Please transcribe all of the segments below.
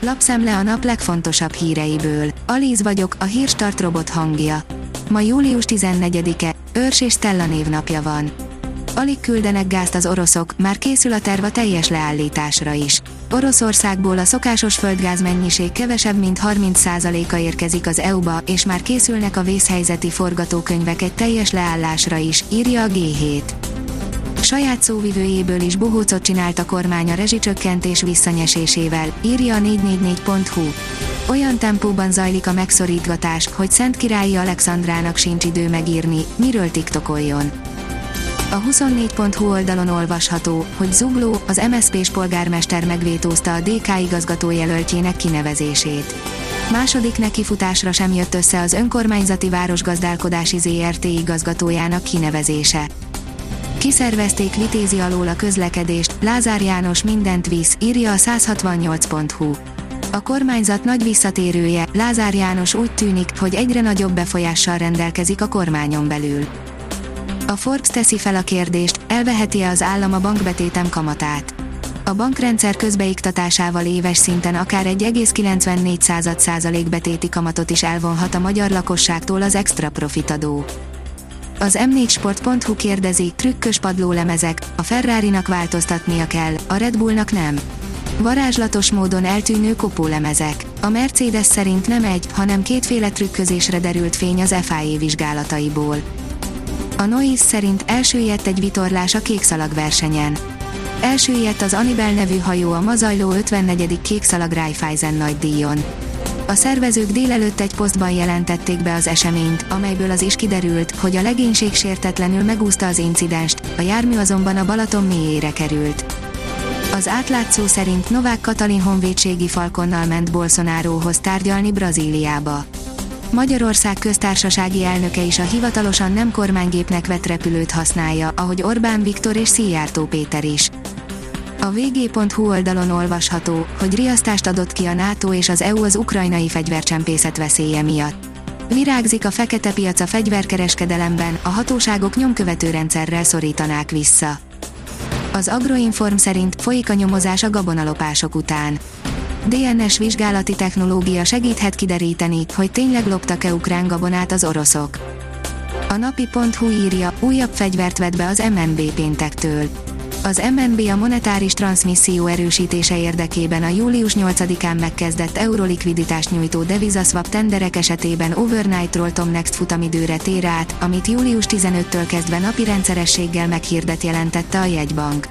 Lapszemle a nap legfontosabb híreiből. Alíz vagyok, a Hírstart robot hangja. Ma július 14-e, Őrs és Stella névnapja van. Alig küldenek gázt az oroszok, már készül a terv a teljes leállításra is. Oroszországból a szokásos földgáz mennyiség kevesebb mint 30%-a érkezik az EU-ba, és már készülnek a vészhelyzeti forgatókönyvek egy teljes leállásra is, írja a G7. Saját szóvivőjéből is bohócot csinált a kormány a rezsicsökkentés visszanyesésével, írja a 444.hu. Olyan tempóban zajlik a megszorítgatás, hogy Szentkirályi Alexandrának sincs idő megírni, miről tiktokoljon. A 24.hu oldalon olvasható, hogy Zugló, az MSZP-s polgármester megvétózta a DK igazgatójelöltjének kinevezését. Második nekifutásra sem jött össze az önkormányzati városgazdálkodási ZRT igazgatójának kinevezése. Kiszervezték Vitézi alól a közlekedést, Lázár János mindent visz, írja a 168.hu. A kormányzat nagy visszatérője, Lázár János úgy tűnik, hogy egyre nagyobb befolyással rendelkezik a kormányon belül. A Forbes teszi fel a kérdést, elveheti-e az állam a bankbetétem kamatát. A bankrendszer közbeiktatásával éves szinten akár 1,94% betéti kamatot is elvonhat a magyar lakosságtól az extra profitadó. Az m4sport.hu kérdezi, trükkös padlólemezek, a Ferrarinak változtatnia kell, a Red Bullnak nem. Varázslatos módon eltűnő kopólemezek. A Mercedes szerint nem egy, hanem kétféle trükközésre derült fény az FIA vizsgálataiból. A Noise szerint elsüllyedt egy vitorlás a kékszalag versenyen. Elsüllyedt az Annibal nevű hajó a ma zajló 54. kékszalag Raiffeisen nagydíjon. A szervezők délelőtt egy posztban jelentették be az eseményt, amelyből az is kiderült, hogy a legénység sértetlenül megúszta az incidenst, a jármű azonban a Balaton mélyére került. Az átlátszó szerint Novák Katalin honvédségi falkonnal ment Bolsonaróhoz tárgyalni Brazíliába. Magyarország köztársasági elnöke is a hivatalosan nem kormánygépnek vett repülőt használja, ahogy Orbán Viktor és Szijjártó Péter is. A vg.hu oldalon olvasható, hogy riasztást adott ki a NATO és az EU az ukrajnai fegyvercsempészet veszélye miatt. Virágzik a fekete piac a fegyverkereskedelemben, a hatóságok nyomkövető rendszerrel szorítanák vissza. Az Agroinform szerint folyik a nyomozás a gabonalopások után. DNS vizsgálati technológia segíthet kideríteni, hogy tényleg loptak-e ukrán gabonát az oroszok. A napi.hu írja, újabb fegyvert vett be az MNB péntektől. Az MNB a monetáris transzmisszió erősítése érdekében a július 8-án megkezdett eurolikviditást nyújtó devizaszwap tenderek esetében overnight roll next futamidőre tér át, amit július 15-től kezdve napi rendszerességgel meghirdet, jelentette a jegybank.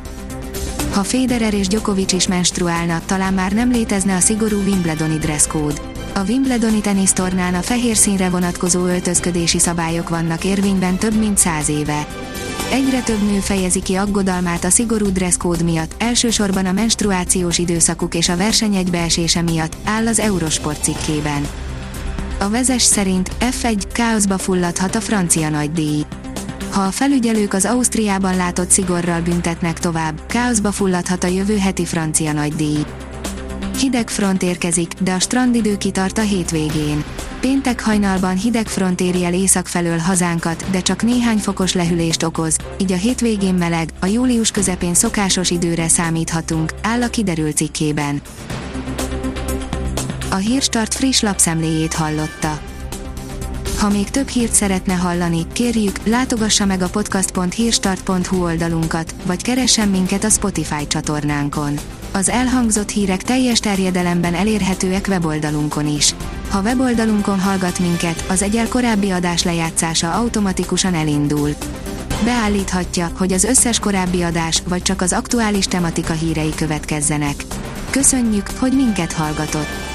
Ha Federer és Djokovic is menstruálna, talán már nem létezne a szigorú Wimbledoni dresszkód. A Wimbledoni tenisztornán a fehér színre vonatkozó öltözködési szabályok vannak érvényben több mint 100 éve. Egyre több nő fejezi ki aggodalmát a szigorú dresszkód miatt, elsősorban a menstruációs időszakuk és a verseny egybeesése miatt, áll az Eurosport cikkében. A Vezes szerint F1 káoszba fulladhat a francia nagydíj. Ha a felügyelők az Ausztriában látott szigorral büntetnek tovább, káoszba fulladhat a jövő heti francia nagydíj. Hideg front érkezik, de a strandidő kitart a hétvégén. Péntek hajnalban hideg front éri el észak felől hazánkat, de csak néhány fokos lehűlést okoz, így a hétvégén meleg, a július közepén szokásos időre számíthatunk, áll a Kiderül cikkében. A Hírstart friss lapszemléjét hallotta. Ha még több hírt szeretne hallani, kérjük, látogassa meg a podcast.hírstart.hu oldalunkat, vagy keressen minket a Spotify csatornánkon. Az elhangzott hírek teljes terjedelemben elérhetőek weboldalunkon is. Ha weboldalunkon hallgat minket, az egyel korábbi adás lejátszása automatikusan elindul. Beállíthatja, hogy az összes korábbi adás, vagy csak az aktuális tematika hírei következzenek. Köszönjük, hogy minket hallgatott!